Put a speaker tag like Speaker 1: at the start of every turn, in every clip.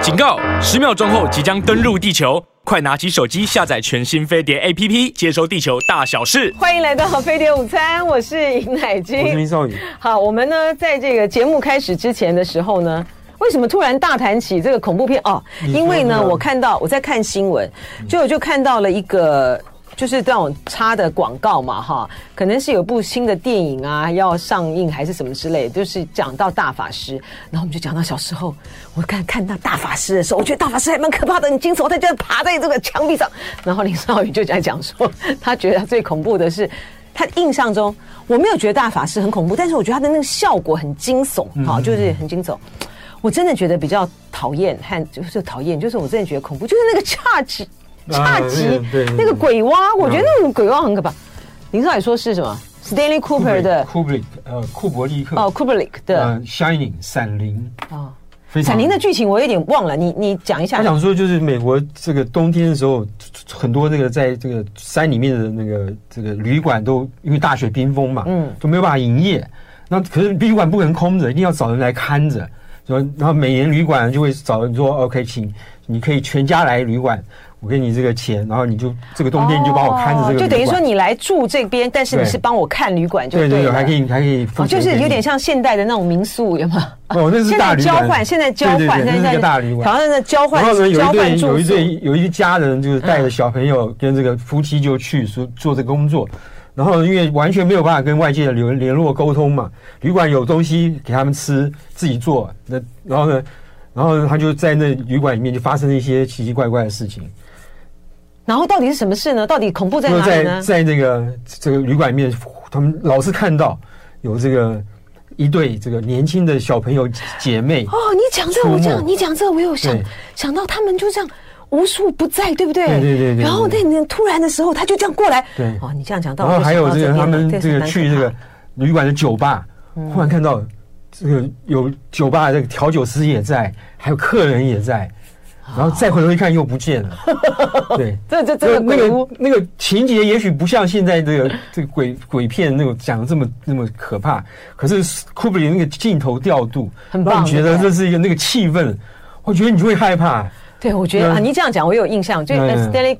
Speaker 1: 警告！10秒钟后即将登陆地球，快拿起手机下载全新飞碟 APP， 接收地球大小事。
Speaker 2: 欢迎来到飞碟午餐，我是尹乃菁，
Speaker 3: 我是林少宇。
Speaker 2: 好，我们呢在这个节目开始之前的时候呢，为什么突然大谈起这个恐怖片？哦，因为呢，我在看新闻，就看到了一个。就是这种插的广告嘛，哈，可能是有部新的电影啊要上映还是什么之类的，就是讲到大法师，然后我们就讲到小时候，我看到大法师的时候，我觉得大法师还蛮可怕的，很惊悚，他就爬在这个墙壁上，然后林少宇就在讲说，他觉得最恐怖的是，他印象中我没有觉得大法师很恐怖，但是我觉得他的那个效果很惊悚，好，就是很惊悚。我真的觉得比较讨厌和就是我真的觉得恐怖，就是那个恰吉。那个鬼蛙，我觉得那种鬼蛙很可怕。林少宇说是什么 ？Stanley Cooper 的
Speaker 3: 库伯利克
Speaker 2: Kubrick 的
Speaker 3: Shining 闪灵
Speaker 2: 啊，闪灵的剧情我有点忘了，你讲一下。
Speaker 3: 他讲说就是美国这个冬天的时候，很多这个在这个山里面的那个这个旅馆都因为大雪冰封嘛，都没有办法营业。那可是旅馆不可能空着，一定要找人来看着。然后每年旅馆就会找人说 OK， 请你可以全家来旅馆。我给你这个钱，然后你就这个冬天你就帮我看着这个旅馆，
Speaker 2: 就等于说你来住这边，但是你是帮我看旅馆就对了。
Speaker 3: 对，还可以付钱，
Speaker 2: 就是有点像现代的那种民宿，有吗？
Speaker 3: 哦，那是大旅馆。
Speaker 2: 现在交换，
Speaker 3: 那是个大旅馆。
Speaker 2: 好像在交换。
Speaker 3: 然后呢，有一家人就是带着小朋友跟这个夫妻就去做这个工作，然后因为完全没有办法跟外界的联络沟通嘛，旅馆有东西给他们吃，自己做。然后他就在那旅馆里面就发生了一些奇奇怪怪的事情。
Speaker 2: 然后到底是什么事呢？到底恐怖在哪里呢？
Speaker 3: 在这个旅馆里面，他们老是看到有这个一对这个年轻的小朋友姐妹。哦，
Speaker 2: 你讲这我有想到他们就这样无处不在，对不对？
Speaker 3: 对。
Speaker 2: 然后那突然的时候，他就这样过来。
Speaker 3: 对。
Speaker 2: 哦，你这样讲到。
Speaker 3: 然后还有这个他们这个去这个旅馆的酒吧，忽然看到这个有酒吧的调酒师也在，还有客人也在。然后再回头一看又不见了，对，
Speaker 2: 这
Speaker 3: 那个情节也许不像现在这个鬼片那种讲的这么可怕，可是库布里那个镜头调度，
Speaker 2: 很棒，
Speaker 3: 让你觉得这是一个那个气氛，我觉得你就会害怕。
Speaker 2: 对，我觉得你这样讲我有印象，就 Stanley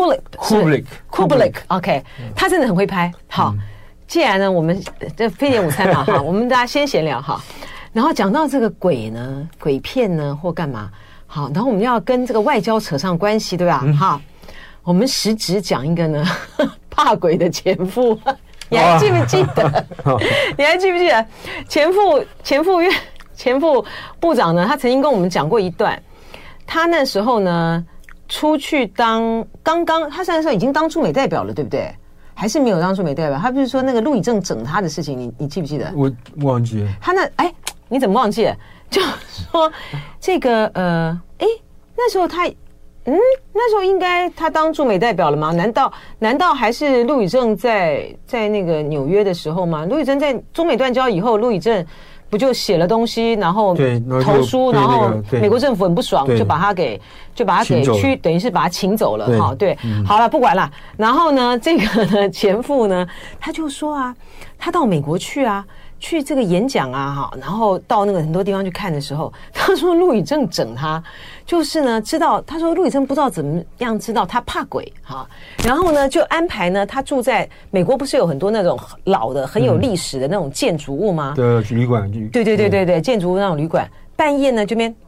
Speaker 2: Kubrick OK， 他真的很会拍。好，既然呢我们这飞碟午餐嘛哈，我们大家先闲聊哈，然后讲到这个鬼片呢或干嘛。好，然后我们要跟这个外交扯上关系，对吧？好，我们实质讲一个呢，怕鬼的前夫，你还记不记得？你还记不记得前副部长呢？他曾经跟我们讲过一段，他那时候呢出去他那时候已经当驻美代表了，对不对？还是没有当驻美代表？他不是说那个陆以正整他的事情，你记不记得？
Speaker 3: 我忘记了。
Speaker 2: 他你怎么忘记了？就说这个那时候那时候应该他当驻美代表了吗？难道还是陆以正在那个纽约的时候吗？陆以正在中美断交以后，陆以正不就写了东西，然后投书，然后美国政府很不爽，就把他给等于是把他请走了。好，对，好了，不管了。然后呢，这个呢前夫呢，他就说啊，他到美国去啊。去这个演讲啊，哈，然后到那个很多地方去看的时候，他说陆以正整他，就是呢他说陆以正不知道怎么样知道他怕鬼哈，然后呢就安排呢他住在美国，不是有很多那种老的很有历史的那种建筑物吗？
Speaker 3: 对，旅馆。
Speaker 2: 对，建筑物那种旅馆，半夜呢这边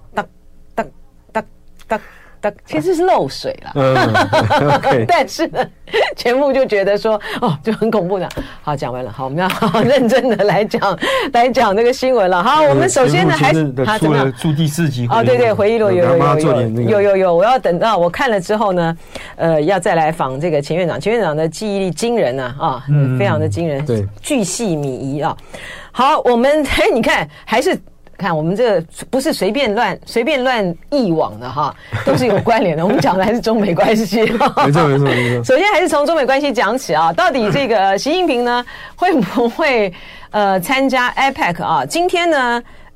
Speaker 2: 其实是漏水了，但是呢，前夫就觉得说，就很恐怖的。好，讲完了，好，我们要好好认真的来讲这个新闻了。好，我们首先呢，还是
Speaker 3: 出了住第4集
Speaker 2: 对，回忆录有，我要等到我看了之后呢，要再来访这个前院长的记忆力惊人啊，非常的惊人，对，巨细靡遗啊。好，我们你看还是。看我们这个不是随便乱译网的哈，都是有关联的。我们讲的还是中美关系。
Speaker 3: 没错。
Speaker 2: 首先还是从中美关系讲起啊，到底这个习近平呢会不会参加 APEC 啊？今天呢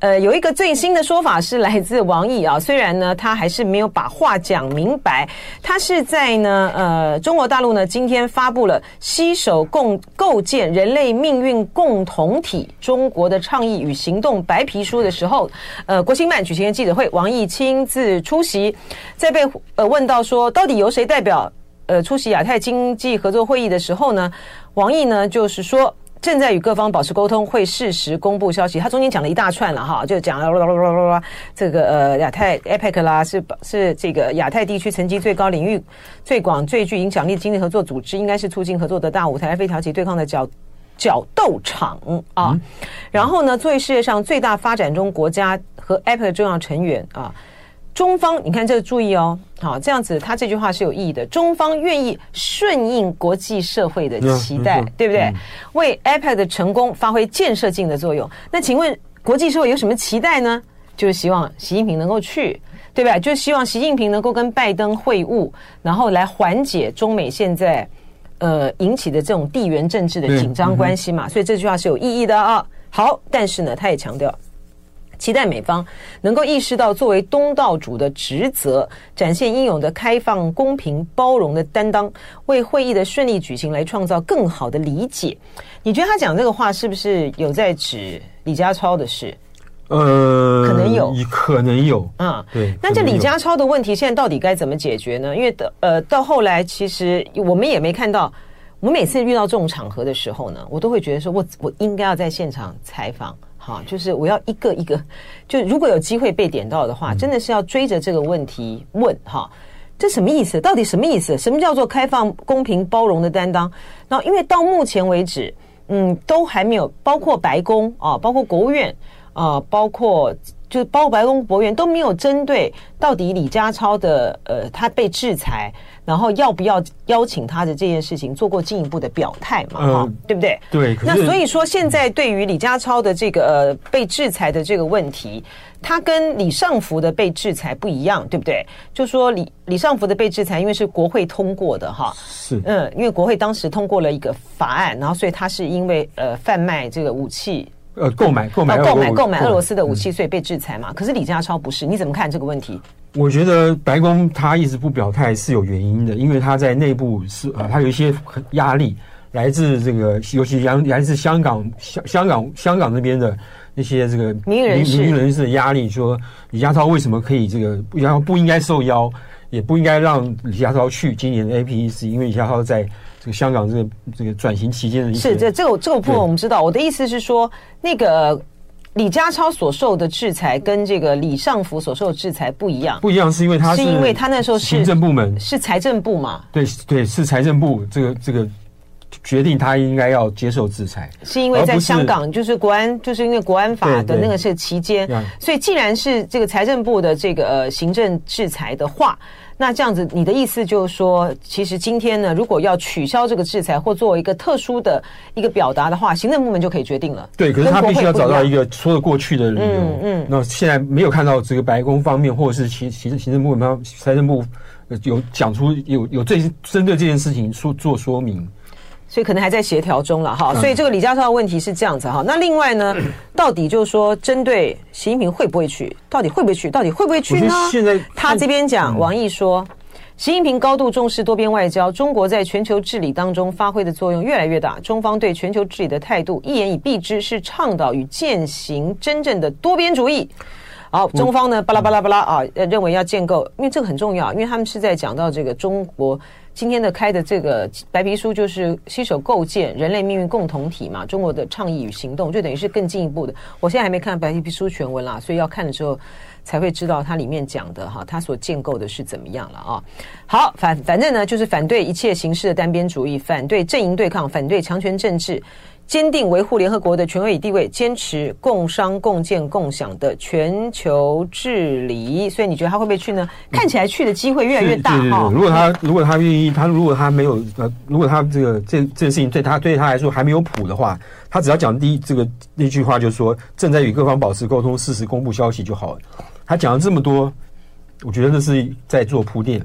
Speaker 2: 有一个最新的说法是来自王毅啊，虽然呢他还是没有把话讲明白，他是在呢中国大陆呢今天发布了携手构建人类命运共同体中国的倡议与行动白皮书的时候，国新办举行的记者会，王毅亲自出席，在被问到说到底由谁代表出席亚太经济合作会议的时候呢，王毅呢就是说正在与各方保持沟通，会适时公布消息。他中间讲了一大串了哈，就讲了这个亚太 APEC 啦，是这个亚太地区层级最高、领域最广、最具影响力的经济合作组织，应该是促进合作的大舞台，非挑起对抗的角斗场啊。然后呢，作为世界上最大发展中国家和 APEC 的重要成员啊。中方，你看这个注意哦，好，这样子，他这句话是有意义的。中方愿意顺应国际社会的期待，对不对？为 APEC 的成功发挥建设性的作用。那请问国际社会有什么期待呢？就是希望习近平能够去，对吧？就是希望习近平能够跟拜登会晤，然后来缓解中美现在引起的这种地缘政治的紧张关系嘛。所以这句话是有意义的啊。好，但是呢，他也强调，期待美方能够意识到作为东道主的职责，展现应有的开放、公平、包容的担当，为会议的顺利举行来创造更好的理解。你觉得他讲这个话是不是有在指李家超的事？可能有，对。那这李家超的问题现在到底该怎么解决呢？因为到后来其实我们也没看到，我每次遇到这种场合的时候呢，我都会觉得说我应该要在现场采访。好，就是我要一个一个，就如果有机会被点到的话，真的是要追着这个问题问哈，这什么意思？到底什么意思？什么叫做开放、公平、包容的担当？然后，因为到目前为止，都还没有，包括白宫啊，包括国务院啊，包括白宫、国务院都没有针对到底李家超的他被制裁，然后要不要邀请他的这件事情做过进一步的表态嘛？对不对？
Speaker 3: 对。
Speaker 2: 那所以说，现在对于李家超的这个被制裁的这个问题，他跟李尚福的被制裁不一样，对不对？就说李尚福的被制裁，因为是国会通过的哈，
Speaker 3: 是
Speaker 2: 因为国会当时通过了一个法案，然后所以他是因为贩卖这个武器。
Speaker 3: 购买
Speaker 2: 俄罗斯的武器，所以被制裁嘛。可是李家超不是，你怎么看这个问题？
Speaker 3: 我觉得白宫他一直不表态是有原因的，因为他在内部是他有一些压力，来自这个尤其来自香港那边的那些这个民意人士的压力，说李家超为什么可以这个不应该受邀，也不应该让李家超去今年的 APEC， 因为李家超在这个香港这个转型期间的一些
Speaker 2: 是这个部分我们知道。我的意思是说，那个李家超所受的制裁跟这个李尚福所受的制裁不一样，是因为他那时候是
Speaker 3: 行政部门，
Speaker 2: 是财政部嘛？
Speaker 3: 对，是财政部这个决定他应该要接受制裁，
Speaker 2: 是因为在香港就是因为国安法的那个是期间，所以既然是这个财政部的这个行政制裁的话。那这样子，你的意思就是说，其实今天呢，如果要取消这个制裁或作为一个特殊的一个表达的话，行政部门就可以决定了。
Speaker 3: 对，可是他必须要找到一个说得过去的理由。那现在没有看到这个白宫方面或者是行政部门、财政部有讲出有针对这件事情做说明。
Speaker 2: 所以可能还在协调中了哈，所以这个李家超的问题是这样子哈。那另外呢，到底就是说，针对习近平会不会去，到底会不会去呢？
Speaker 3: 现在
Speaker 2: 他这边讲，王毅说，习近平高度重视多边外交，中国在全球治理当中发挥的作用越来越大。中方对全球治理的态度一言以蔽之，是倡导与践行真正的多边主义。好，中方呢，巴拉巴拉巴拉啊，认为要建构，因为这个很重要，因为他们是在讲到这个中国。今天的开的这个白皮书就是携手构建人类命运共同体嘛，中国的倡议与行动就等于是更进一步的。我现在还没看白皮书全文啦，所以要看的时候才会知道它里面讲的哈，它所建构的是怎么样了啊。好，反正呢就是反对一切形式的单边主义，反对阵营对抗，反对强权政治。坚定维护联合国的权威与地位，坚持共商共建共享的全球治理。所以你觉得他会不会去呢？看起来去的机会越来越大哈。
Speaker 3: 如果他愿意，如果他没有如果他这个事情对他来说还没有谱的话，他只要讲那句话，就是说正在与各方保持沟通，适时公布消息就好了。他讲了这么多，我觉得那是在做铺垫。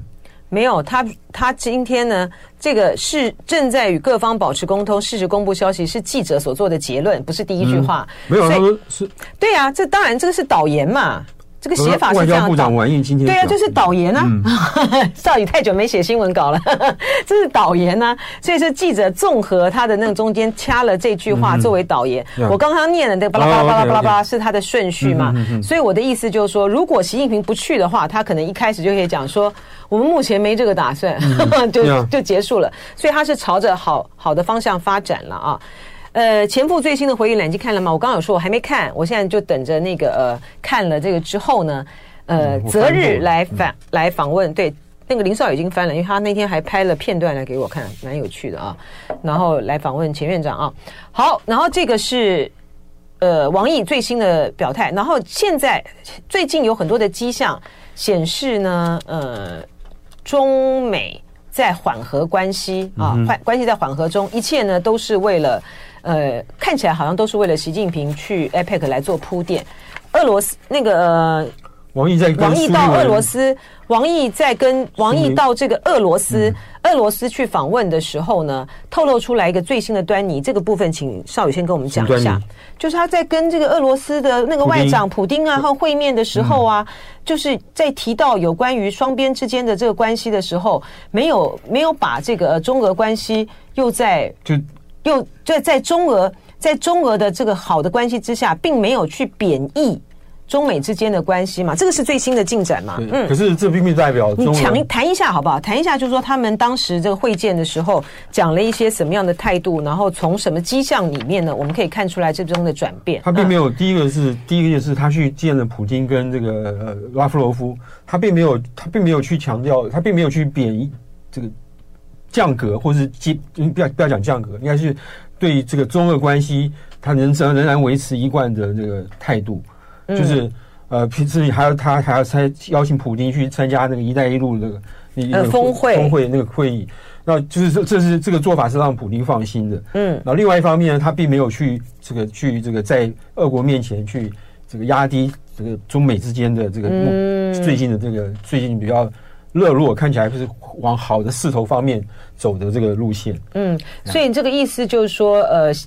Speaker 2: 没有，他今天呢，这个是正在与各方保持沟通，适时公布消息，是记者所做的结论，不是第一句话。
Speaker 3: 没有，他说是。
Speaker 2: 对啊，这当然这个是导言嘛。这个写法是这样，
Speaker 3: 外交部长王毅今天
Speaker 2: 对啊，就是导言啊。少宇太久没写新闻稿了，这是导言啊。所以是记者综合他的那个中间掐了这句话作为导言。我刚刚念的那个巴拉巴拉巴拉巴拉巴拉是他的顺序嘛。所以我的意思就是说，如果习近平不去的话，他可能一开始就可以讲说，我们目前没这个打算，就结束了。所以他是朝着好的方向发展了啊。前夫最新的回忆览已经看了吗？我刚刚有说我还没看，我现在就等着那个看了这个之后呢，择日来访问，对，那个林少已经翻了，因为他那天还拍了片段来给我看，蛮有趣的啊。然后来访问前院长啊，好，然后这个是王毅最新的表态，然后现在最近有很多的迹象显示呢，中美在缓和关系啊，关系在缓和中，一切呢都是为了。看起来好像都是为了习近平去 APEC 来做铺垫。俄罗斯那个
Speaker 3: 王毅
Speaker 2: 到俄罗斯，王毅到这个俄罗斯去访问的时候呢，透露出来一个最新的端倪。这个部分请少宇先跟我们讲一下，就是他在跟这个俄罗斯的那个外长普丁啊和会面的时候啊，就是在提到有关于双边之间的这个关系的时候，没有把这个中俄关系又在中俄的这个好的关系之下，并没有去贬义中美之间的关系嘛，这个是最新的进展嘛。
Speaker 3: 可是这并不代表中俄。
Speaker 2: 你谈一下好不好？谈一下，就是说他们当时这个会见的时候讲了一些什么样的态度，然后从什么迹象里面呢，我们可以看出来这中的转变。
Speaker 3: 他并没有，第一个就是他去见了普京跟这个拉夫罗夫，他并没有去强调，他并没有去贬义这个。降格，或是不要讲降格，应该是对这个中俄关系，他仍然维持一贯的这个态度，就是平时他还要邀请普京去参加那个"一带一路"的那个峰会那个会议，那就是这是这个做法是让普京放心的。然后另外一方面呢，他并没有去在俄国面前去这个压低这个中美之间的这个最近比较热络，看起来是往好的势头方面走的这个路线。
Speaker 2: 所以这个意思就是说，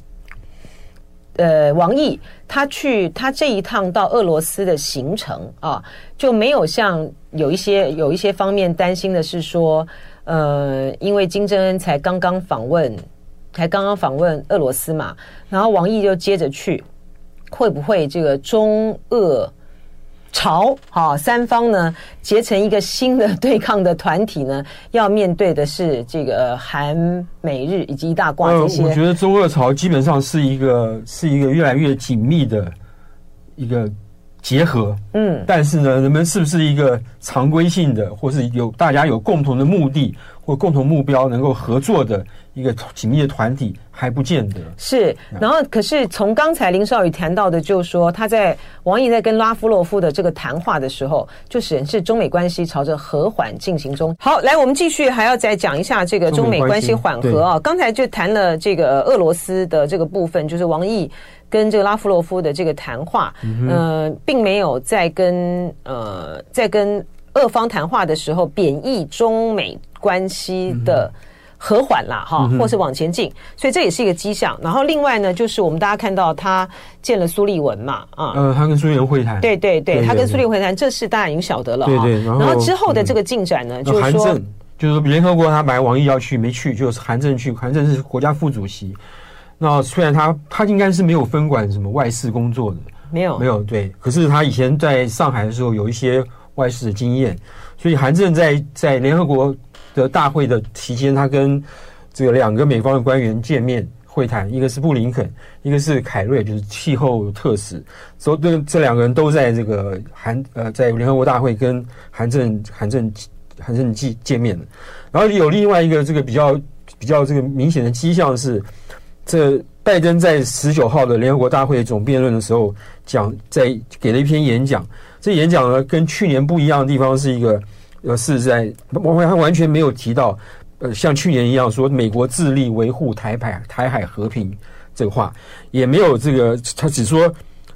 Speaker 2: 王毅他这一趟到俄罗斯的行程啊，就没有像有一些方面担心的是说，因为金正恩才刚刚访问俄罗斯嘛，然后王毅就接着去，会不会这个中俄朝三方呢结成一个新的对抗的团体呢？要面对的是这个韩美日以及一大挂这些。
Speaker 3: 我觉得中俄朝基本上是一个越来越紧密的一个结合。但是呢，人们是不是一个常规性的，或是大家有共同的目的或共同目标能够合作的一个紧密的团体，还不见得
Speaker 2: 是。然后可是从刚才林少宇谈到的，就是说王毅在跟拉夫洛夫的这个谈话的时候，就显示中美关系朝着和缓进行中。好，来我们继续还要再讲一下这个中美关系缓和啊。刚才就谈了这个俄罗斯的这个部分，就是王毅跟这个拉夫洛夫的这个谈话，并没有在跟俄方谈话的时候贬义中美关系的和缓啦，或是往前进，所以这也是一个迹象。然后另外呢，就是我们大家看到他见了苏利文嘛，
Speaker 3: 他跟苏利文会谈，
Speaker 2: 对，他跟苏利文会谈，这事大家已经晓得了，
Speaker 3: 对。
Speaker 2: 然后之后的这个进展呢，就是说，
Speaker 3: 就是联合国他本来王毅要去没去，就是韩正去，韩正是国家副主席。那虽然他应该是没有分管什么外事工作的，没有对，可是他以前在上海的时候有一些外事的经验，所以韩正在联合国的大会的期间，他跟这个两个美方的官员见面会谈，一个是布林肯，一个是凯瑞，就是气候特使，所以这两个人都在这个在联合国大会跟韩正见面的。然后有另外一个这个比较这个明显的迹象是，这拜登在19号的联合国大会总辩论的时候给了一篇演讲。这演讲呢跟去年不一样的地方是一个他完全没有提到像去年一样说美国致力维护台海和平这个话，也没有这个，他只说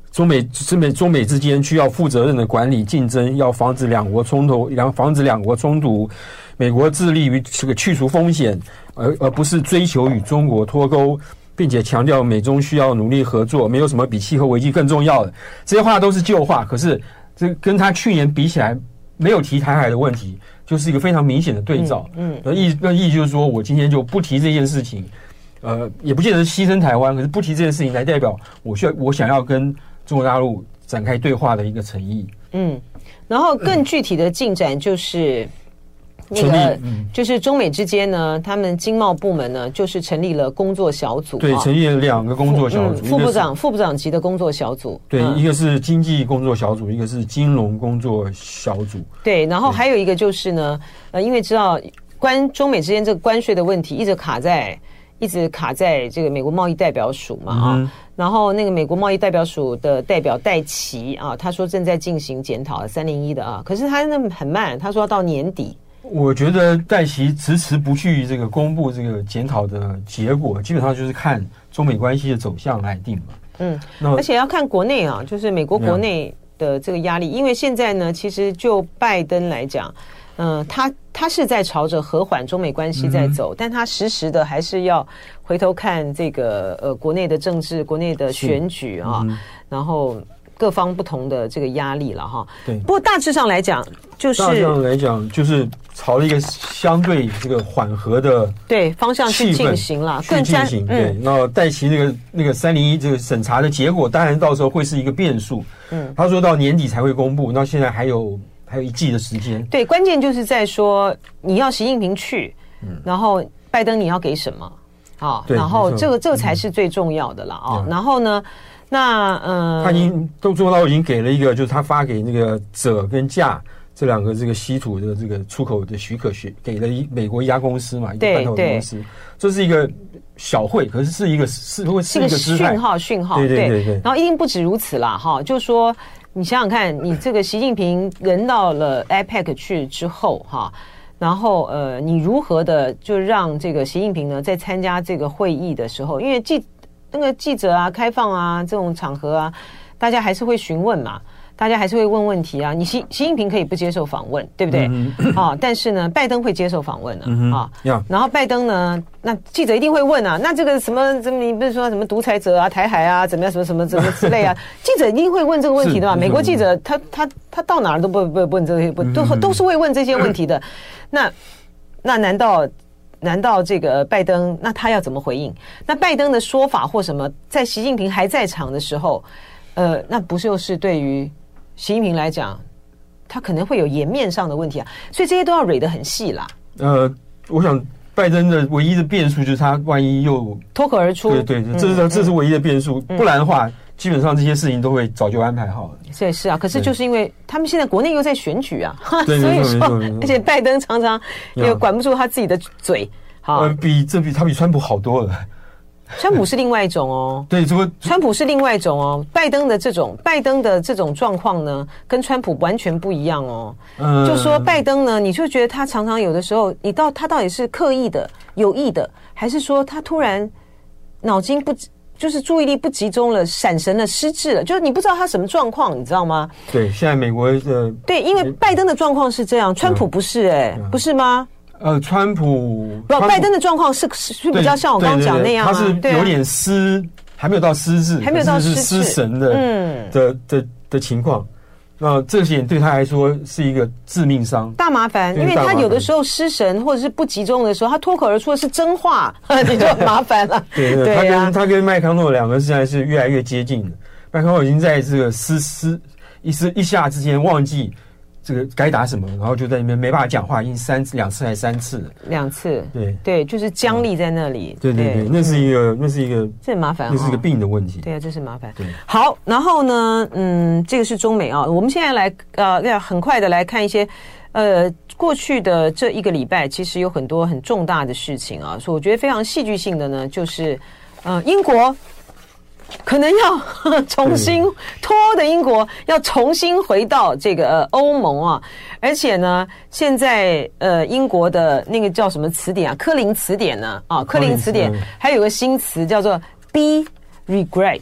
Speaker 3: 中美之间需要负责任的管理竞争，要防止两国冲突。美国致力于这个去除风险，而不是追求与中国脱钩，并且强调美中需要努力合作，没有什么比气候危机更重要的。这些话都是旧话，可是这跟他去年比起来，没有提台海的问题，就是一个非常明显的对照。意义就是说我今天就不提这件事情，也不见得是牺牲台湾，可是不提这件事情来代表我想要跟中国大陆展开对话的一个诚意。
Speaker 2: 然后更具体的进展就是那个就是中美之间呢，他们经贸部门呢就是成立了工作小组，
Speaker 3: 对，成立了2个工作小组，
Speaker 2: 副部长级的工作小组，
Speaker 3: 对，一个是经济工作小组，一个是金融工作小组，
Speaker 2: 对，然后还有一个就是呢，因为知道中美之间这个关税的问题一直卡在这个美国贸易代表署嘛然后那个美国贸易代表署的代表戴琪啊，他说正在进行检讨301的可是他那很慢，他说要到年底。
Speaker 3: 我觉得戴琪迟迟不去这个公布这个检讨的结果，基本上就是看中美关系的走向来定嘛。
Speaker 2: 而且要看国内就是美国国内的这个压力，因为现在呢，其实就拜登来讲，他是在朝着和缓中美关系在走，但他时时的还是要回头看这个国内的政治、国内的选举然后各方不同的这个压力了哈。
Speaker 3: 对，
Speaker 2: 不过大致上来讲，
Speaker 3: 就是朝了一个相对这个缓和的
Speaker 2: 方向去进行了，
Speaker 3: 更进行。对，那戴琪那个301这个审查的结果，当然到时候会是一个变数。他说到年底才会公布，那现在还有1季的时间。对，
Speaker 2: 关键就是在说你要习近平去，然后拜登你要给什么然后这个才是最重要的了然后呢？他中国大陆已经给了一个，就是他发给那个锗跟价这2个这个稀土的这个出口的许可，给了美国一家公司嘛，一个半导体公司，这是一个小会，可是是一个讯号，对。然后一定不止如此啦就是说你想想看，你这个习近平人到了 APEC 去之后然后你如何的就让这个习近平呢在参加这个会议的时候，因为那个记者开放这种场合大家还是会询问嘛，大家还是会问问题你习近平可以不接受访问，对不对？但是呢，拜登会接受访问然后拜登呢，那记者一定会问那这个什么你不是说什么独裁者台海怎么样什么之类记者一定会问这个问题的吧？美国记者他到哪儿都不问这些，都是会问这些问题的。那难道这个拜登那他要怎么回应？那拜登的说法或什么，在习近平还在场的时候，那不是又是对于习近平来讲，他可能会有颜面上的问题所以这些都要蕊得很细啦。
Speaker 3: 我想拜登的唯一的变数就是他万一又
Speaker 2: 脱口而出，
Speaker 3: 对，这是唯一的变数，不然的话。基本上这些事情都会早就安排好了。
Speaker 2: 是可是就是因为他们现在国内又在选举所以说，而且拜登常常也管不住他自己的嘴。
Speaker 3: 比川普好多了。
Speaker 2: 川普是另外一种
Speaker 3: 对，
Speaker 2: 川普是另外一种拜登的这种状况呢，跟川普完全不一样就说拜登呢，你就觉得他常常有的时候，他到底是刻意的、有意的，还是说他突然脑筋就是注意力不集中了，闪神了，失智了，就是你不知道他什么状况，你知道吗？
Speaker 3: 对，现在美国的
Speaker 2: 对，因为拜登的状况是这样，川普不是不是吗？
Speaker 3: 川普
Speaker 2: 拜登的状况是比较像我刚刚讲那样
Speaker 3: 他是有点还没有到失智，
Speaker 2: 还没有到
Speaker 3: 失神的情况。那这些对他来说是一个致命伤，
Speaker 2: 大麻烦，因为他有的时候失神或者是不集中的时候，他脱口而出的是真话，你就很麻烦了。
Speaker 3: 对，他跟麦康诺2个现在是越来越接近的。麦康诺已经在这个一下之间忘记这个该打什么，然后就在那边没办法讲话，已经2次还是3次了。
Speaker 2: 2次，对，就是僵立在那里。
Speaker 3: 对，那是一个，
Speaker 2: 这很麻烦，
Speaker 3: 那是一个病的问题。
Speaker 2: 对这是麻烦。
Speaker 3: 对，
Speaker 2: 好，然后呢，这个是中美我们现在来很快的来看一些过去的这1个礼拜，其实有很多很重大的事情所以我觉得非常戏剧性的呢，就是英国。可能要重新脱欧的英国要重新回到这个欧盟而且呢，现在英国的那个叫什么词典科林词典呢科林词典还有个新词叫做 be regret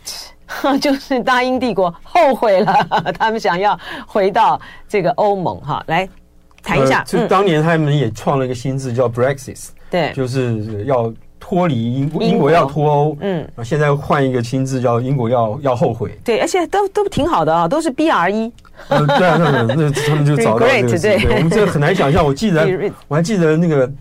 Speaker 2: 就是大英帝国后悔了，他们想要回到这个欧盟哈，来谈一下。
Speaker 3: 就当年他们也创了一个新字叫 Brexit，
Speaker 2: 对，
Speaker 3: 就是要脱离英国要脱欧，然后现在换一个新字叫英国要后悔。
Speaker 2: 对，而且都挺好的啊，都是 BRE。
Speaker 3: 对啊，那他们就找到这个对，我们这个很难想象。我还记得那个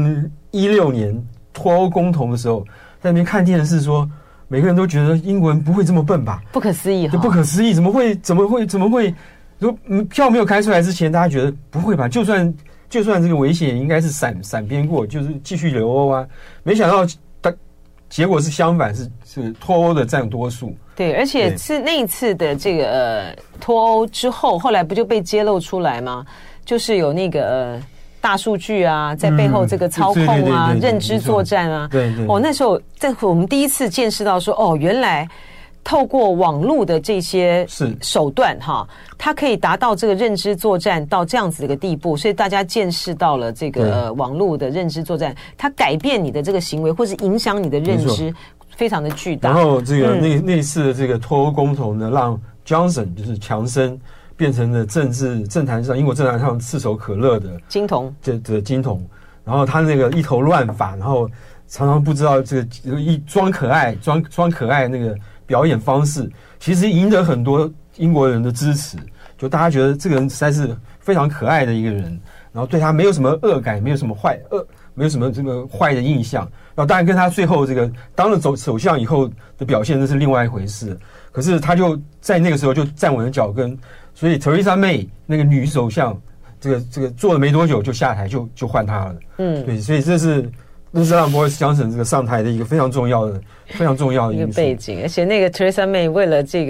Speaker 3: 2016年脱欧公投的时候，在那边看电视说。每个人都觉得英国人不会这么笨吧？
Speaker 2: 不可思议，
Speaker 3: 就不可思议，怎么会？说票没有开出来之前，大家觉得不会吧？就算这个危险应该是闪边过，就是继续留欧啊。没想到结果是相反，是脱欧的占多数。
Speaker 2: 对，而且是那一次的这个脱欧之后，后来不就被揭露出来吗？就是有那个。大数据啊，在背后这个操控啊，认知作战啊，
Speaker 3: 对，
Speaker 2: 那时候我们第一次见识到说，原来透过网络的这些手段哈，它可以达到这个认知作战到这样子的一个地步，所以大家见识到了这个网络的认知作战，它改变你的这个行为，或是影响你的认知，非常的巨大。
Speaker 3: 然后这个那次的这个脱欧公投呢，让 Johnson 就是强生。变成了政坛上英国政坛上炙手可热的
Speaker 2: 金童，
Speaker 3: 的金童。然后他那个一头乱发，然后常常不知道这个装可爱那个表演方式，其实赢得很多英国人的支持。就大家觉得这个人实在是非常可爱的一个人，然后对他没有什么恶感，没有什么没有什么这个坏的印象。然后当然跟他最后这个当了首相以后的表现那是另外一回事。可是他就在那个时候就站稳了脚跟。所以 Theresa May 那个女首相，这个做了没多久就下台，就换她了。对，所以这是让 Boris Johnson 这个上台的一个非常重要的
Speaker 2: 一个背景。而且那个 Theresa May 为了这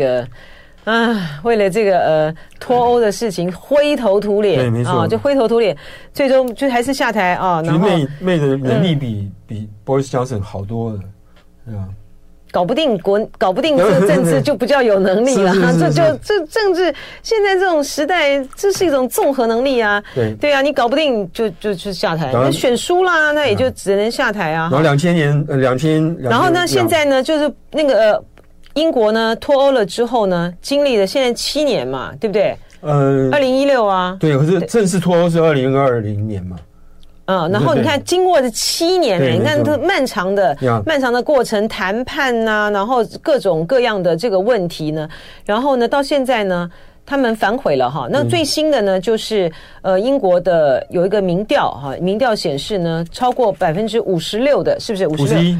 Speaker 2: 个脱欧的事情灰头土脸，
Speaker 3: 对，没错，
Speaker 2: 就灰头土脸，最终就还是下台啊。然后
Speaker 3: May 的能力比 Boris Johnson 好多了，对吧？
Speaker 2: 搞不定这个政治就不叫有能力了，这政治现在这种时代，这是一种综合能力啊。对啊，你搞不定就下台，那选输啦，那也就只能下台啊。
Speaker 3: 然后2000年，
Speaker 2: 然后呢，现在呢，就是那个英国呢脱欧了之后呢，经历了现在7年嘛，对不对？2016啊，
Speaker 3: 对，可是正式脱欧是2020年嘛。
Speaker 2: 然后你看，经过这7年你看这漫长的过程，谈判呐，然后各种各样的这个问题呢，然后呢，到现在呢，他们反悔了哈。那最新的呢，就是英国的有一个民调哈，民调显示呢，超过56%的，是不是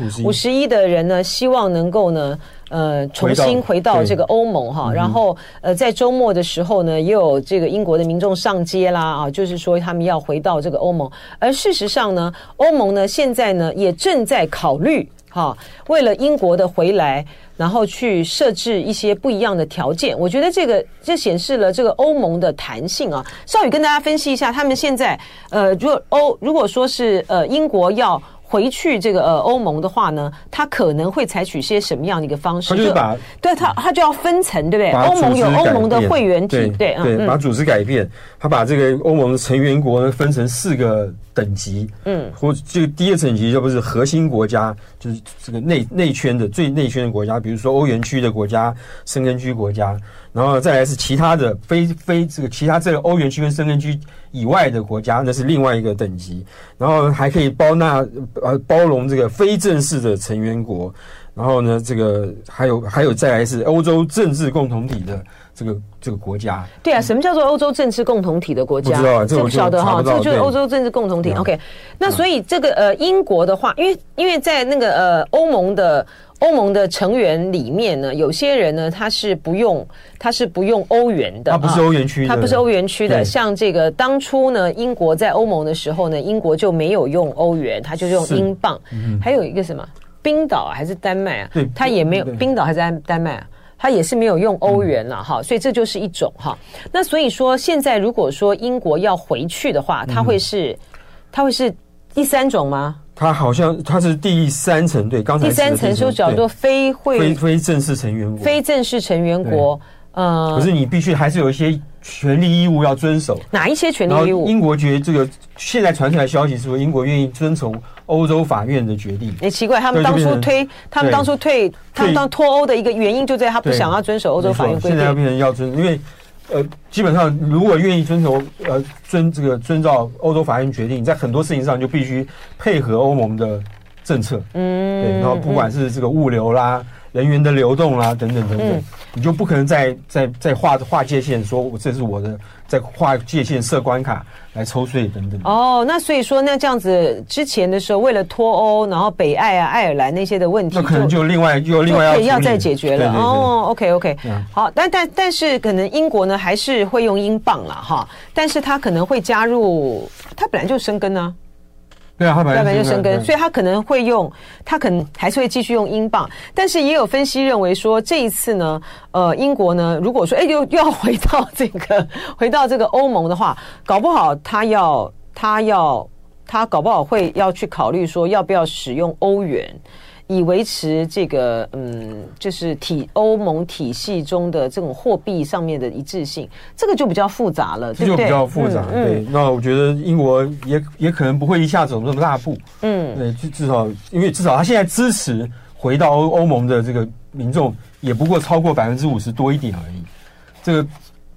Speaker 2: 51%的人呢，希望能够呢。重新回到这个欧盟哈，然后在周末的时候呢，也有这个英国的民众上街啦啊，就是说他们要回到这个欧盟。而事实上呢，欧盟呢现在呢也正在考虑哈，为了英国的回来，然后去设置一些不一样的条件。我觉得这显示了这个欧盟的弹性啊。邵宇跟大家分析一下，他们现在如果说是英国要回去这个欧盟的话呢，他可能会采取些什么样的一个方式？
Speaker 3: 他就是
Speaker 2: 他就要分层，对不对？欧盟有欧盟的会员体，对，
Speaker 3: 把组织改变，他把这个欧盟的成员国呢分成4个等级，或这个第一个等级就不是核心国家，就是这个内圈的最内圈的国家，比如说欧元区的国家、申根区国家，然后再来是其他的非这个其他这个欧元区跟申根区以外的国家，那是另外一个等级，然后还可以包容这个非正式的成员国，然后呢，这个还有再来是欧洲政治共同体的这个国家。
Speaker 2: 对啊，什么叫做欧洲政治共同体的国家？
Speaker 3: 不知道，
Speaker 2: 这不晓得哈，这就是欧洲政治共同体。OK， 那所以这个英国的话，因为在那个欧盟的成员里面呢，有些人呢他是不用欧元的，
Speaker 3: 他不是欧元区的，
Speaker 2: 他不是欧元区的。像这个当初呢，英国在欧盟的时候呢，英国就没有用欧元，他就用英镑。还有一个什么冰岛还是丹麦啊？
Speaker 3: 对，
Speaker 2: 他也没有冰岛还是丹麦啊？他也是没有用欧元了哈，所以这就是一种哈。那所以说，现在如果说英国要回去的话，它会是第3种吗？
Speaker 3: 它好像它是第3层，对，刚才
Speaker 2: 第3层就叫做非
Speaker 3: 正式成员国，
Speaker 2: 非正式成员国。
Speaker 3: 可是你必须还是有一些权利义务要遵守。
Speaker 2: 哪一些权利义务？
Speaker 3: 英国觉得这个现在传出来消息是说，英国愿意遵从欧洲法院的决定。
Speaker 2: 奇怪，他们当初脱欧的一个原因就在他不想要遵守欧洲法院规定。
Speaker 3: 现在要变成要遵，因为基本上如果愿意遵守遵照欧洲法院决定，在很多事情上就必须配合欧盟的政策。对，然后不管是这个物流啦、人员的流动啦等等等等，你就不可能再划界限，说这是我的，在划界限设关卡来抽税等等。
Speaker 2: 那所以说那这样子之前的时候，为了脱欧，然后北爱啊、爱尔兰那些的问题，
Speaker 3: 那可能就另外
Speaker 2: 要再解决了。
Speaker 3: 对
Speaker 2: OK，好，但是可能英国呢还是会用英镑啦哈，但是他可能会加入，他本来就生根啊。
Speaker 3: 对啊，他本来
Speaker 2: 就生根，所以他可能还是会继续用英镑，但是也有分析认为说，这一次呢，英国呢，如果说又要回到这个欧盟的话，搞不好他搞不好会要去考虑说，要不要使用欧元，以维持这个就是欧盟体系中的这种货币上面的一致性，这个就比较复杂了，对不对？
Speaker 3: 这就比较复杂。对，那我觉得英国也可能不会一下走这么大步。对，至少他现在支持回到欧盟的这个民众也不过超过50%多一点而已，这个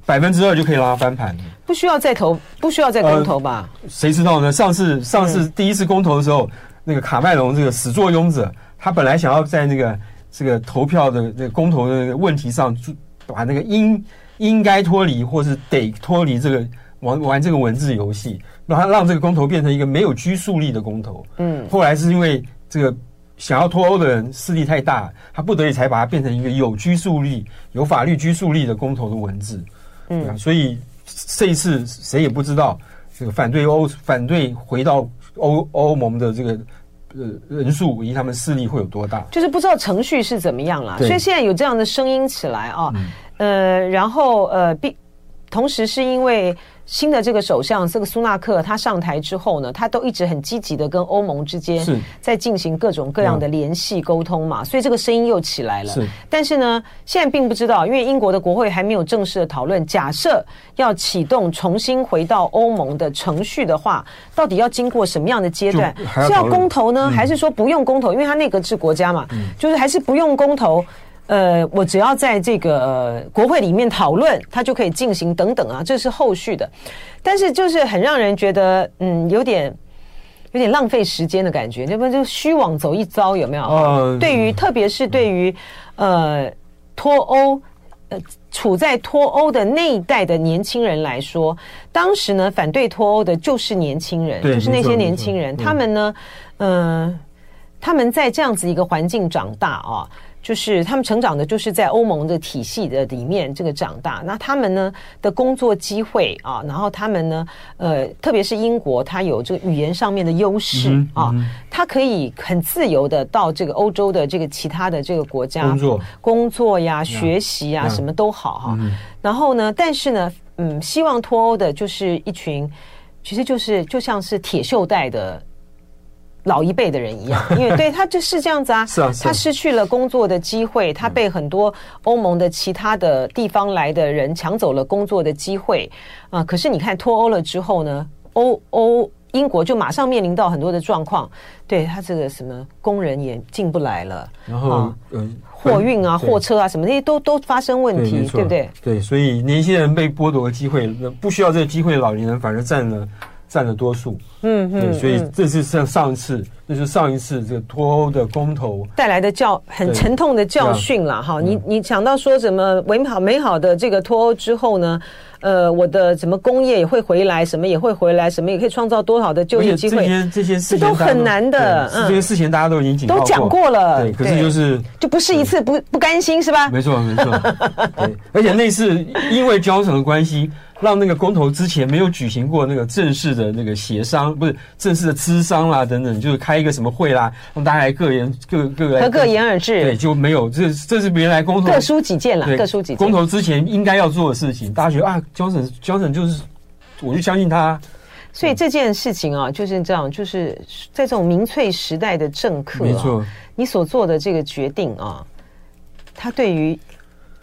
Speaker 3: 2%就可以让他翻盘了。不需要再公投吧？谁知道呢？上次第一次公投的时候，那个卡麦隆这个始作俑者。他本来想要在这个投票的这个公投的那个问题上，把那个应该脱离或是得脱离这个玩这个文字游戏，让这个公投变成一个没有拘束力的公投。后来是因为这个想要脱欧的人势力太大，他不得已才把它变成一个有拘束力、有法律拘束力的公投的文字。所以这一次谁也不知道这个反对回到欧盟的这个。人数以及他们势力会有多大，就是不知道程序是怎么样啦，所以现在有这样的声音起来啊，然后同时是因为新的这个首相这个苏纳克他上台之后呢，他都一直很积极的跟欧盟之间在进行各种各样的联系沟通嘛，所以这个声音又起来了。但是呢，现在并不知道，因为英国的国会还没有正式的讨论，假设要启动重新回到欧盟的程序的话，到底要经过什么样的阶段？是要公投呢，还是说不用公投？因为他内阁制国家嘛，就是还是不用公投。我只要在这个国会里面讨论，它就可以进行等等啊，这是后续的。但是就是很让人觉得，有点浪费时间的感觉，要不然就虚妄走一遭，有没有？特别是对于脱欧。处在脱欧的那一代的年轻人来说，当时呢反对脱欧的就是年轻人，就是那些年轻人，他们呢，他们在这样子一个环境长大啊。就是他们成长的就是在欧盟的体系的里面这个长大，那他们呢的工作机会啊，然后他们呢特别是英国，它有这个语言上面的优势啊，它可以很自由的到这个欧洲的这个其他的这个国家工作呀、学习呀，什么都好哈。然后呢，但是呢，希望脱欧的就是一群，其实就像是铁锈带的。老一辈的人一样，因为对他就是这样子啊，他失去了工作的机会，他被很多欧盟的其他的地方来的人抢走了工作的机会啊。可是你看脱欧了之后呢，英国就马上面临到很多的状况，对他这个什么工人也进不来了，然后货运啊、货车啊什么那些都发生问题，对不对？对，所以年轻人被剥夺的机会，不需要这个机会的老年人反而占了多数，对，所以这是上一次这个脱欧的公投带来的很沉痛的教训啦。哈，你想到说怎么美好的这个脱欧之后呢？我的什么工业也会回来，什么也会回来，什么也可以创造多少的就业机会，这些事情都很难的。这些事情大家都已经都讲过了，对，可是就不是一次不甘心是吧？没错，对，而且那次因为Johnson的关系。让那个公投之前没有举行过那个正式的那个协商，不是正式的咨商啦等等，就是开一个什么会啦，让大家来各言而至，对，就没有这是原来公投各抒己见啦，各抒己见。公投之前应该要做的事情，大家觉得啊，Johnson就是，我就相信他。所以这件事情啊，就是这样，就是在这种民粹时代的政客，没错，你所做的这个决定啊，他对于。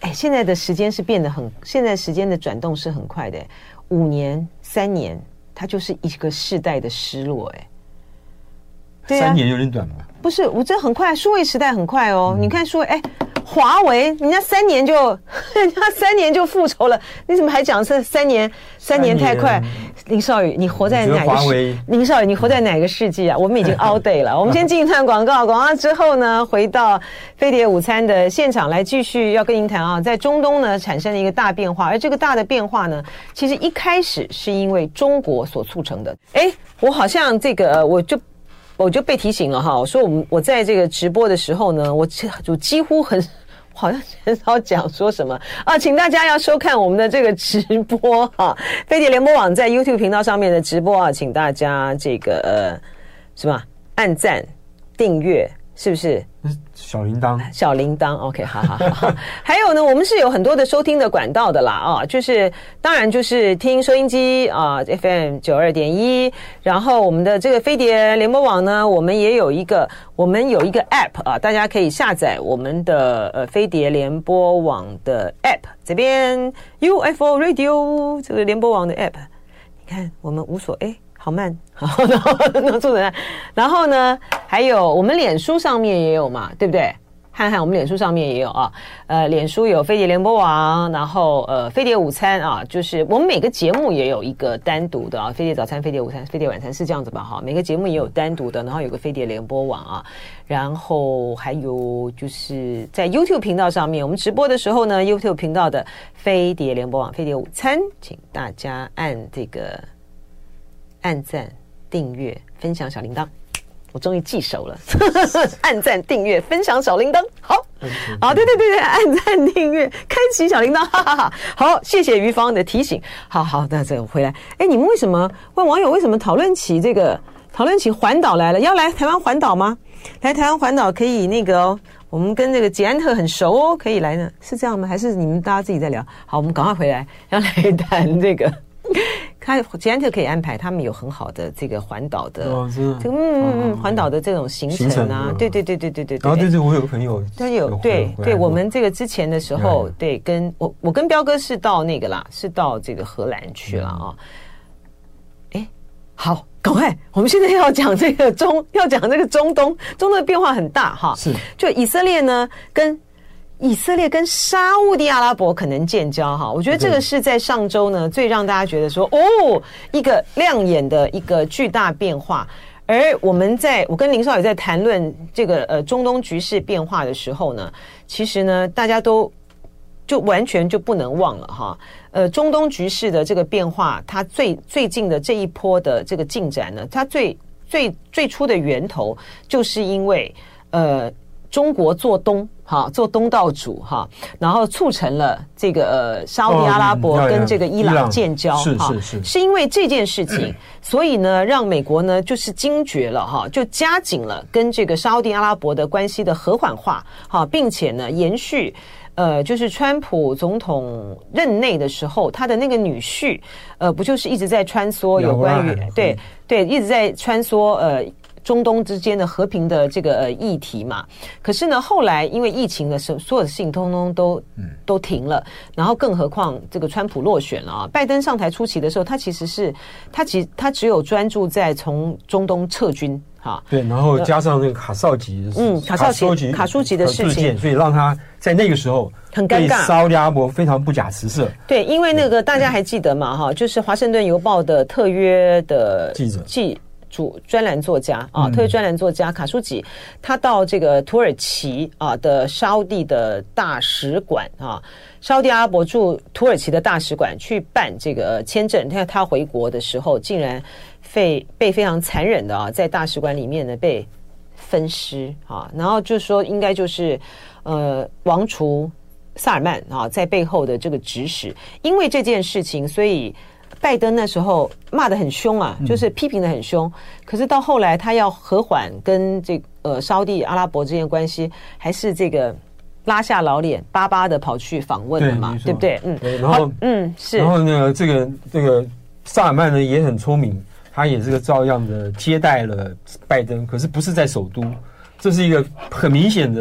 Speaker 2: 现在的时间是变得现在时间的转动是很快的，5年、3年，它就是一个世代的失落，对啊，
Speaker 3: 3年有点短吧？
Speaker 2: 不是，我这很快，数位时代很快哦。你看数位，华为人家3年就复仇了，你怎么还讲是3年？3年太快。林少宇，你活在哪个林少宇，你活在哪个世纪啊？我们已经 all day 了。我们先进一段广告，广告之后呢，回到飞碟午餐的现场来继续要跟您谈啊，在中东呢产生了一个大变化，而这个大的变化呢，其实一开始是因为中国所促成的。我好像这个我就被提醒了哈，我说我在这个直播的时候呢，我几乎好像很少讲说什么啊，请大家要收看我们的这个直播哈，飞碟联播网在 YouTube 频道上面的直播啊，请大家这个什么按赞、订阅，是不是？
Speaker 3: 小铃铛 OK 好还有呢，我们是有很多的收听的管道的啦啊，就是当然就是听收音机啊 FM 92.1，然后我们的这个飞碟联播网呢，我们有一个 app 啊，大家可以下载我们的飞碟联播网的 app， 这边 UFO Radio 这个联播网的 app， 你看我们无所好慢，好，然后呢，还有我们脸书上面也有嘛，对不对？汉我们脸书上面也有啊，脸书有飞碟联播网，然后飞碟午餐啊，就是我们每个节目也有一个单独的啊，飞碟早餐、飞碟午餐、飞碟晚餐是这样子吧？哈，每个节目也有单独的，然后有个飞碟联播网啊，然后还有就是在 YouTube 频道上面，我们直播的时候呢 ，YouTube 频道的飞碟联播网、飞碟午餐，请大家按赞、订阅、分享小铃铛，我终于记熟了。按赞、订阅、分享小铃铛，好，对，按赞、订阅、开启小铃铛，哈哈哈。好，谢谢于芳的提醒。好，那这我回来。你们问网友为什么讨论起环岛来了？要来台湾环岛吗？来台湾环岛可以我们跟这个捷安特很熟哦，可以来呢，是这样吗？还是你们大家自己在聊？好，我们赶快回来，要来谈这个。捷安特可以安排，他们有很好的这个环岛的，这个环岛的这种行程啊，对。 然后这我有个朋友，
Speaker 2: 他有对，我们这个之前的时候，对，跟我跟彪哥是到是到这个荷兰去了啊。好，赶快，我们现在要讲这个中东的变化很大哈，是，就以色列跟沙烏地阿拉伯可能建交哈，我觉得这个是在上周呢最让大家觉得说一个亮眼的一个巨大变化。而我跟林少宇在谈论这个中东局势变化的时候呢，其实呢大家都就完全就不能忘了哈。中东局势的这个变化，它最近的这一波的这个进展呢，它最初的源头就是因为中国做东道主哈，然后促成了这个沙烏地阿拉伯跟这个伊朗建交是因为这件事情，所以呢让美国呢就是惊觉了哈，就加紧了跟这个沙烏地阿拉伯的关系的和缓化哈，并且呢延续就是川普总统任内的时候，他的那个女婿不就是一直在穿梭有关于对一直在穿梭中东之间的和平的这个议题嘛，可是呢，后来因为疫情的时候，所有的事情通通都停了，然后更何况这个川普落选了啊，拜登上台初期的时候，他他只有专注在从中东撤军哈，对，
Speaker 3: 然后加上那个卡绍吉
Speaker 2: 卡舒吉的事情，
Speaker 3: 所以让他在那个时候
Speaker 2: 很尴尬，对
Speaker 3: 沙烏地阿拉伯非常不假辞色。
Speaker 2: 对，因为那个大家还记得嘛哈，就是华盛顿邮报的特约的主专栏作家啊，特约专栏作家卡舒吉，他到这个土耳其啊的沙烏地的大使馆啊，沙烏地阿拉伯驻土耳其的大使馆去办这个签证。他回国的时候，竟然被非常残忍的啊，在大使馆里面呢被分尸啊，然后就说应该就是王储萨尔曼啊在背后的这个指使，因为这件事情，所以拜登那时候骂得很凶啊，就是批评得很凶。可是到后来他要和缓跟这沙烏地阿拉伯之间的关系，还是这个拉下老脸巴巴的跑去访问了嘛，对不对？
Speaker 3: 然后是，然后呢，这个萨尔曼呢也很聪明，他也是个照样的接待了拜登，可是不是在首都，这是一个很明显的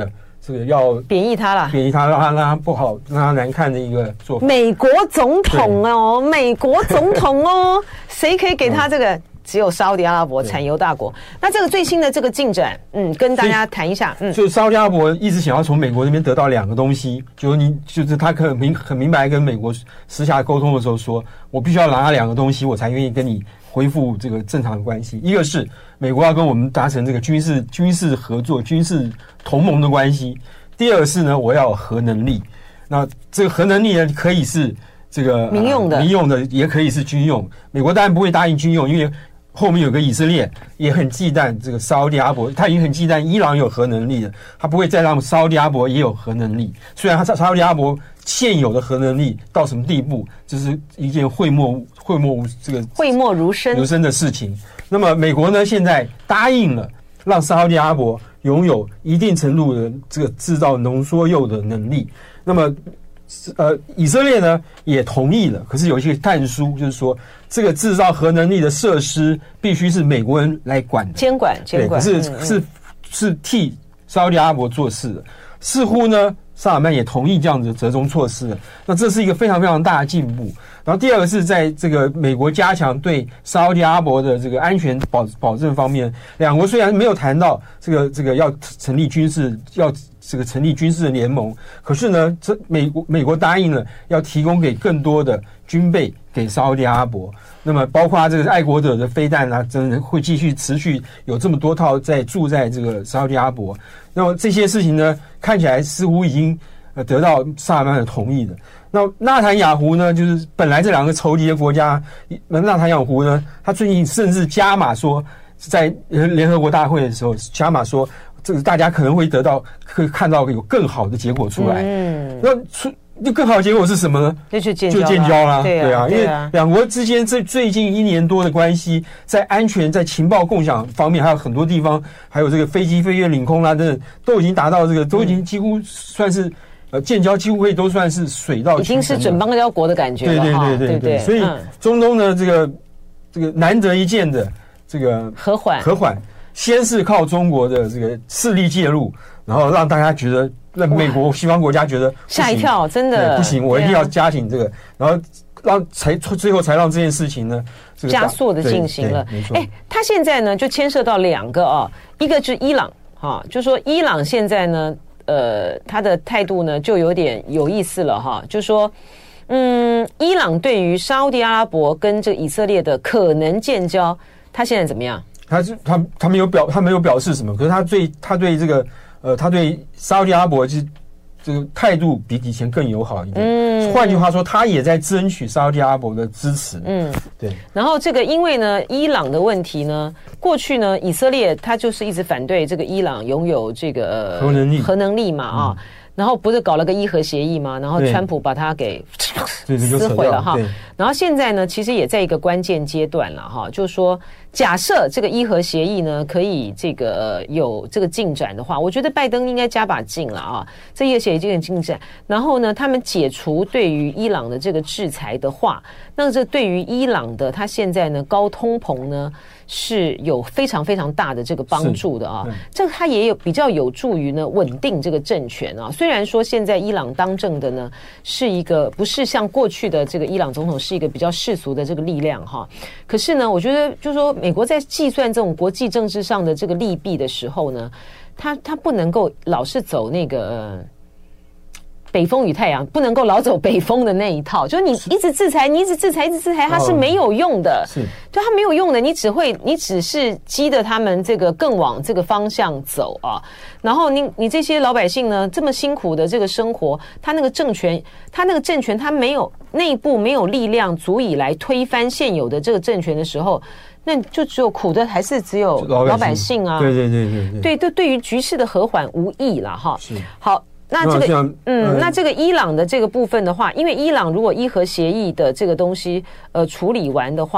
Speaker 3: 这个要
Speaker 2: 贬义他啦，
Speaker 3: 贬义他，让他不好，让他难看的一个做法。
Speaker 2: 美国总统哦，美国总统哦，谁可以给他这个？只有沙特阿拉伯产油大国。那这个最新的这个进展，跟大家谈一下。
Speaker 3: 就沙特阿拉伯一直想要从美国那边得到2个东西，就是他很明白跟美国私下沟通的时候说，我必须要拿2个东西，我才愿意跟你恢复这个正常的关系。一个是美国要跟我们达成这个军事合作、军事同盟的关系；第二个是呢，我要有核能力。那这个核能力呢，可以是这个
Speaker 2: 民用的，
Speaker 3: 也可以是军用。美国当然不会答应军用，因为后面有个以色列也很忌惮这个沙特阿拉伯，他已经很忌讳伊朗有核能力了，他不会再让沙特阿拉伯也有核能力。虽然沙特阿拉伯现有的核能力到什么地步，这是一件讳莫如深的事情。那么美国呢，现在答应了让沙特阿拉伯拥有一定程度的这个制造浓缩铀的能力。那么以色列呢也同意了，可是有一些但书，就是说这个制造核能力的设施必须是美国人来管的，
Speaker 2: 监管。
Speaker 3: 可是替沙特阿拉伯做事的。似乎呢，萨尔曼也同意这样子的折中措施了。那这是一个非常非常大的进步。然后第二个是在这个美国加强对沙特阿拉伯的这个安全保证方面，两国虽然没有谈到这个要成立军事的联盟，可是呢，美国答应了要提供给更多的军备给沙特阿拉伯。那么包括这个爱国者的飞弹啊，真的会继续持续有这么多套驻在这个沙特阿拉伯。那么这些事情呢，看起来似乎已经得到萨尔曼的同意的。那纳坦雅胡呢，就是本来这两个仇敌的国家，纳坦雅胡呢，他最近甚至加码说，在联合国大会的时候加码说，这个大家可能会看到有更好的结果出来。那更好的结果是什么呢？
Speaker 2: 就建
Speaker 3: 交啦。
Speaker 2: 对啊，
Speaker 3: 因为两国之间最近1年多的关系，在安全、在情报共享方面，还有很多地方，还有这个飞机飞越领空啦等等，都已经达到都已经几乎算是建交，几乎可以都算是水到渠成，已经
Speaker 2: 是准邦交国的感觉了。对。
Speaker 3: 所以中东的这个难得一见的这个和缓，先是靠中国的这个势力介入，然后让大家觉得。那美国西方国家觉得
Speaker 2: 吓一跳，真的
Speaker 3: 不行，我一定要加紧这个，然后最后才让这件事情呢
Speaker 2: 加速的进行了。他现在呢就牵涉到2个一个是伊朗就说伊朗现在呢他的态度呢就有点有意思了就说伊朗对于沙特阿拉伯跟这个以色列的可能建交，他现在怎么样？
Speaker 3: 他没有表示什么，可是他对这个。他对沙特阿拉伯这个态度比以前更友好一点。换句话说，他也在争取沙特阿拉伯的支持。对。然
Speaker 2: 后这个因为呢，伊朗的问题呢，过去呢，以色列他就是一直反对这个伊朗拥有这个核能力嘛然后不是搞了个伊核协议吗？然后川普把它给撕毁了然后现在呢，其实也在一个关键阶段了就是说，假设这个伊核协议呢可以这个有这个进展的话，我觉得拜登应该加把劲了这伊核协议有进展，然后呢，他们解除对于伊朗的这个制裁的话，那这对于伊朗的他现在呢高通膨呢是有非常非常大的这个帮助的这个它也有比较有助于呢稳定这个政权虽然说现在伊朗当政的呢是一个不是像过去的这个伊朗总统是一个比较世俗的这个力量可是呢，我觉得就是说美国在计算这种国际政治上的这个利弊的时候呢，他不能够老是走那个北风与太阳，不能够老走北风的那一套，就是你一直制裁，它是没有用的，对，它没有用的，你只是激得他们这个更往这个方向走然后你这些老百姓呢，这么辛苦的这个生活，他那个政权，他没有内部没有力量足以来推翻现有的这个政权的时候，那就只有苦的还是只有老百姓对，对于局势的和缓无益了是好。那这个伊朗的这个部分的话，因为伊朗如果伊核协议的这个东西处理完的话，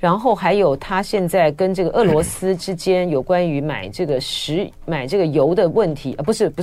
Speaker 2: 然后还有他现在跟这个俄罗斯之间有关于买这个油的问题，不是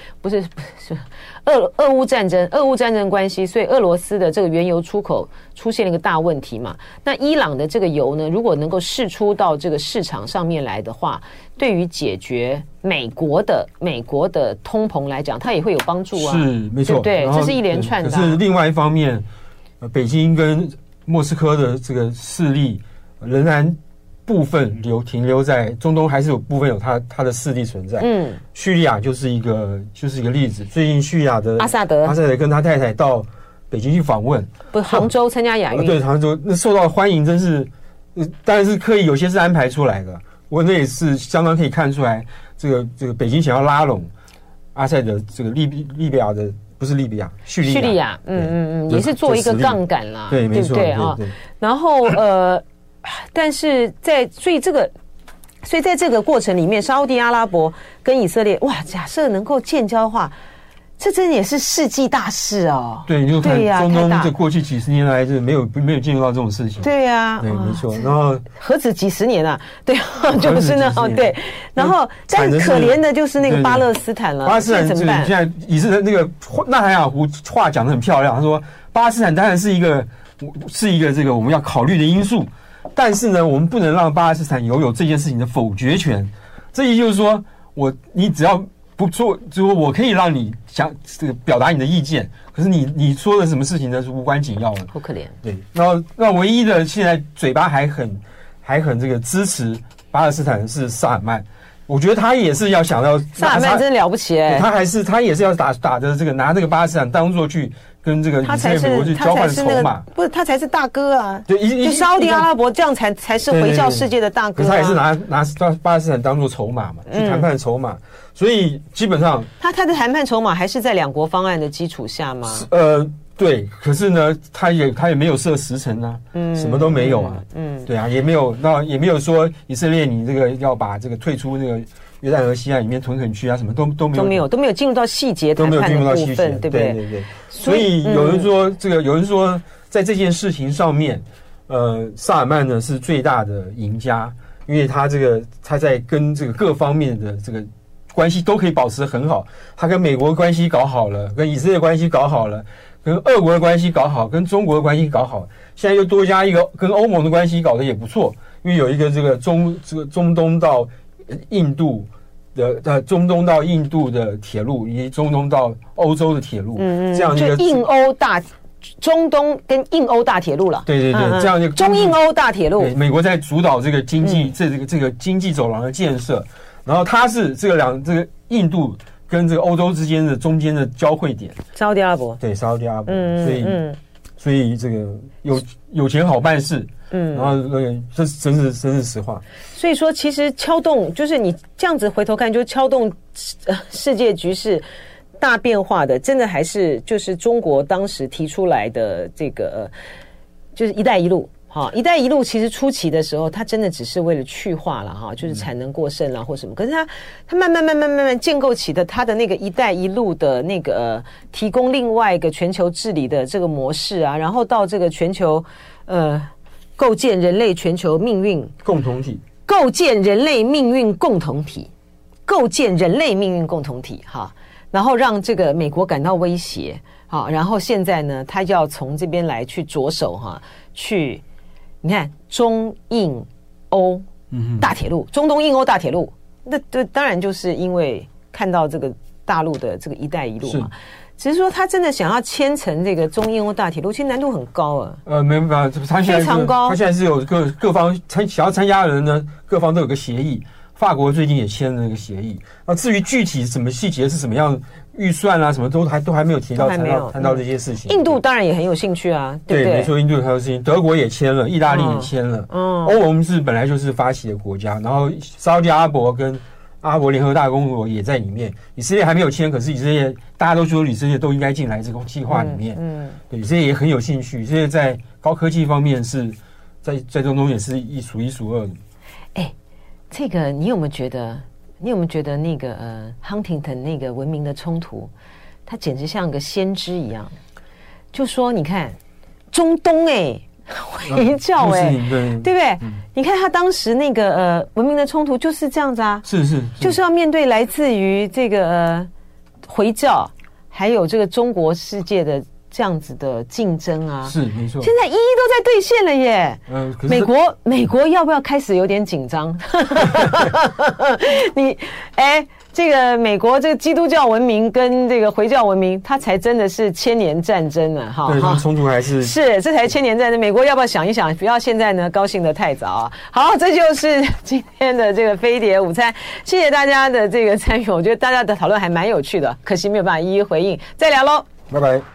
Speaker 2: 俄乌战争关系，所以俄罗斯的这个原油出口出现了一个大问题嘛。那伊朗的这个油呢，如果能够释出到这个市场上面来的话，对于解决美国的通膨来讲，它也会有帮助啊。
Speaker 3: 是没错，
Speaker 2: 对，这是一连串的。
Speaker 3: 可是另外一方面，北京跟莫斯科的这个势力仍然部分停留在中东，还是有部分有它的势力存在。叙利亚就是一个例子。最近叙利亚的阿萨德跟他太太到北京去访问，
Speaker 2: 杭州参加亚运，
Speaker 3: 对，杭州那受到欢迎，真是当然是刻意，有些是安排出来的。我那也是相当可以看出来，这个北京想要拉拢阿塞德这个利比亚的。不是利比亚，叙利亚，
Speaker 2: 也是做一个杠杆啦，
Speaker 3: 对，没错，
Speaker 2: 对啊。然后但是所以在这个过程里面，沙烏地阿拉伯跟以色列，哇，假设能够建交的话，这真的也是世纪大事哦。
Speaker 3: 对，你就看中东这过去几十年来，就没有进入到这种事情。
Speaker 2: 对呀，
Speaker 3: 对，没错。然后
Speaker 2: 何止几十年啊？对，就是那种对。然后，但可怜的就是那个巴勒斯坦了。
Speaker 3: 巴勒斯坦怎么办？现在以色列那个纳坦雅胡话讲得很漂亮，他说巴勒斯坦当然是一个这个我们要考虑的因素，但是呢，我们不能让巴勒斯坦有这件事情的否决权。这也就是说，你只要不做，就是我可以让你这个表达你的意见，可是你说的什么事情呢是无关紧要的，
Speaker 2: 好可怜。
Speaker 3: 对，那唯一的现在嘴巴还很这个支持巴勒斯坦的是萨尔曼，我觉得他也是要想到
Speaker 2: 萨尔曼真了不起
Speaker 3: 他也是要打着这个拿这个巴勒斯坦当作去跟这个以色列美国去交换筹码，
Speaker 2: 不是他才是大哥啊！
Speaker 3: 对，
Speaker 2: 就沙烏地阿拉伯这样才是回教世界的大哥啊！
Speaker 3: 他也是拿巴勒斯坦当作筹码嘛，去谈判筹码，所以基本上
Speaker 2: 他的谈判筹码还是在两国方案的基础下吗？
Speaker 3: 对，可是呢，他也没有设时程啊，什么都没有啊，对啊，也没有说以色列你这个要把这个退出那个约旦河西岸里面屯垦区啊，什么都没有进入到细节谈判的部分，对不对？对。所以有人说在这件事情上面，萨尔曼呢是最大的赢家，因为他在跟这个各方面的这个关系都可以保持得很好，他跟美国关系搞好了，跟以色列关系搞好了。跟俄国的关系搞好，跟中国的关系搞好，现在又多加一个跟欧盟的关系搞得也不错，因为有一个这个中东到印度的铁路，以及中东到欧洲的铁路，这样一个
Speaker 2: 中东跟印欧大铁路了。
Speaker 3: 对，这样一个
Speaker 2: 中印欧大铁路。
Speaker 3: 对，美国在主导这个经济这个经济走廊的建设，然后它是这个印度跟这个欧洲之间的中间的交汇点，
Speaker 2: 沙烏地阿拉伯，
Speaker 3: 对，沙烏地阿拉伯，所以这个有钱好办事，然后这真是实话。
Speaker 2: 所以说，其实敲动就是你这样子回头看，就敲动世界局势大变化的，真的还是就是中国当时提出来的这个，就是“一带一路”。好，“一带一路”其实初期的时候，它真的只是为了去化了哈，就是产能过剩啦或什么。可是它慢慢建构起的它的那个“一带一路”的那个提供另外一个全球治理的这个模式啊，然后到这个全球构建人类全球命运
Speaker 3: 共同体，
Speaker 2: 构建人类命运共同体哈，然后让这个美国感到威胁。好，然后现在呢，他要从这边来去着手哈，去你看中印欧大铁路，中东印欧大铁路，那当然就是因为看到这个大陆的这个“一带一路”嘛。只是说他真的想要牵成这个中印欧大铁路，其实难度很高啊。
Speaker 3: 没办法，他现在非常高。他现在是有各方想要参加的人呢，各方都有个协议。法国最近也签了那个协议。那至于具体什么细节是什么样，预算啊什么都还没有提到，谈到这些事情。
Speaker 2: 印度当然也很有兴趣啊，对不对？
Speaker 3: 没错，印度还有事情，德国也签了，意大利也签了。欧盟是本来就是发起的国家，然后沙烏地阿拉伯跟阿拉伯联合大公国也在里面。以色列还没有签，可是以色列大家都说以色列都应该进来这个计划里面。对，以色列也很有兴趣。以色列在高科技方面是在中东也是数一数二的。
Speaker 2: 这个你有没有觉得那个Huntington 那个文明的冲突，它简直像个先知一样。就说你看中东回教
Speaker 3: 对
Speaker 2: 不对？你看他当时那个文明的冲突就是这样子啊，
Speaker 3: 是
Speaker 2: 就是要面对来自于这个回教还有这个中国世界的这样子的竞争啊，
Speaker 3: 是没错。
Speaker 2: 现在一都在兑现了耶。
Speaker 3: 可是
Speaker 2: 美国要不要开始有点紧张？这个美国这个基督教文明跟这个回教文明，它才真的是千年战争了哈。
Speaker 3: 对，冲突还是
Speaker 2: 这才千年战争。美国要不要想一想，不要现在呢高兴得太早啊？好，这就是今天的这个飞碟午餐，谢谢大家的这个参与，我觉得大家的讨论还蛮有趣的，可惜没有办法一一回应，再聊喽，
Speaker 3: 拜拜。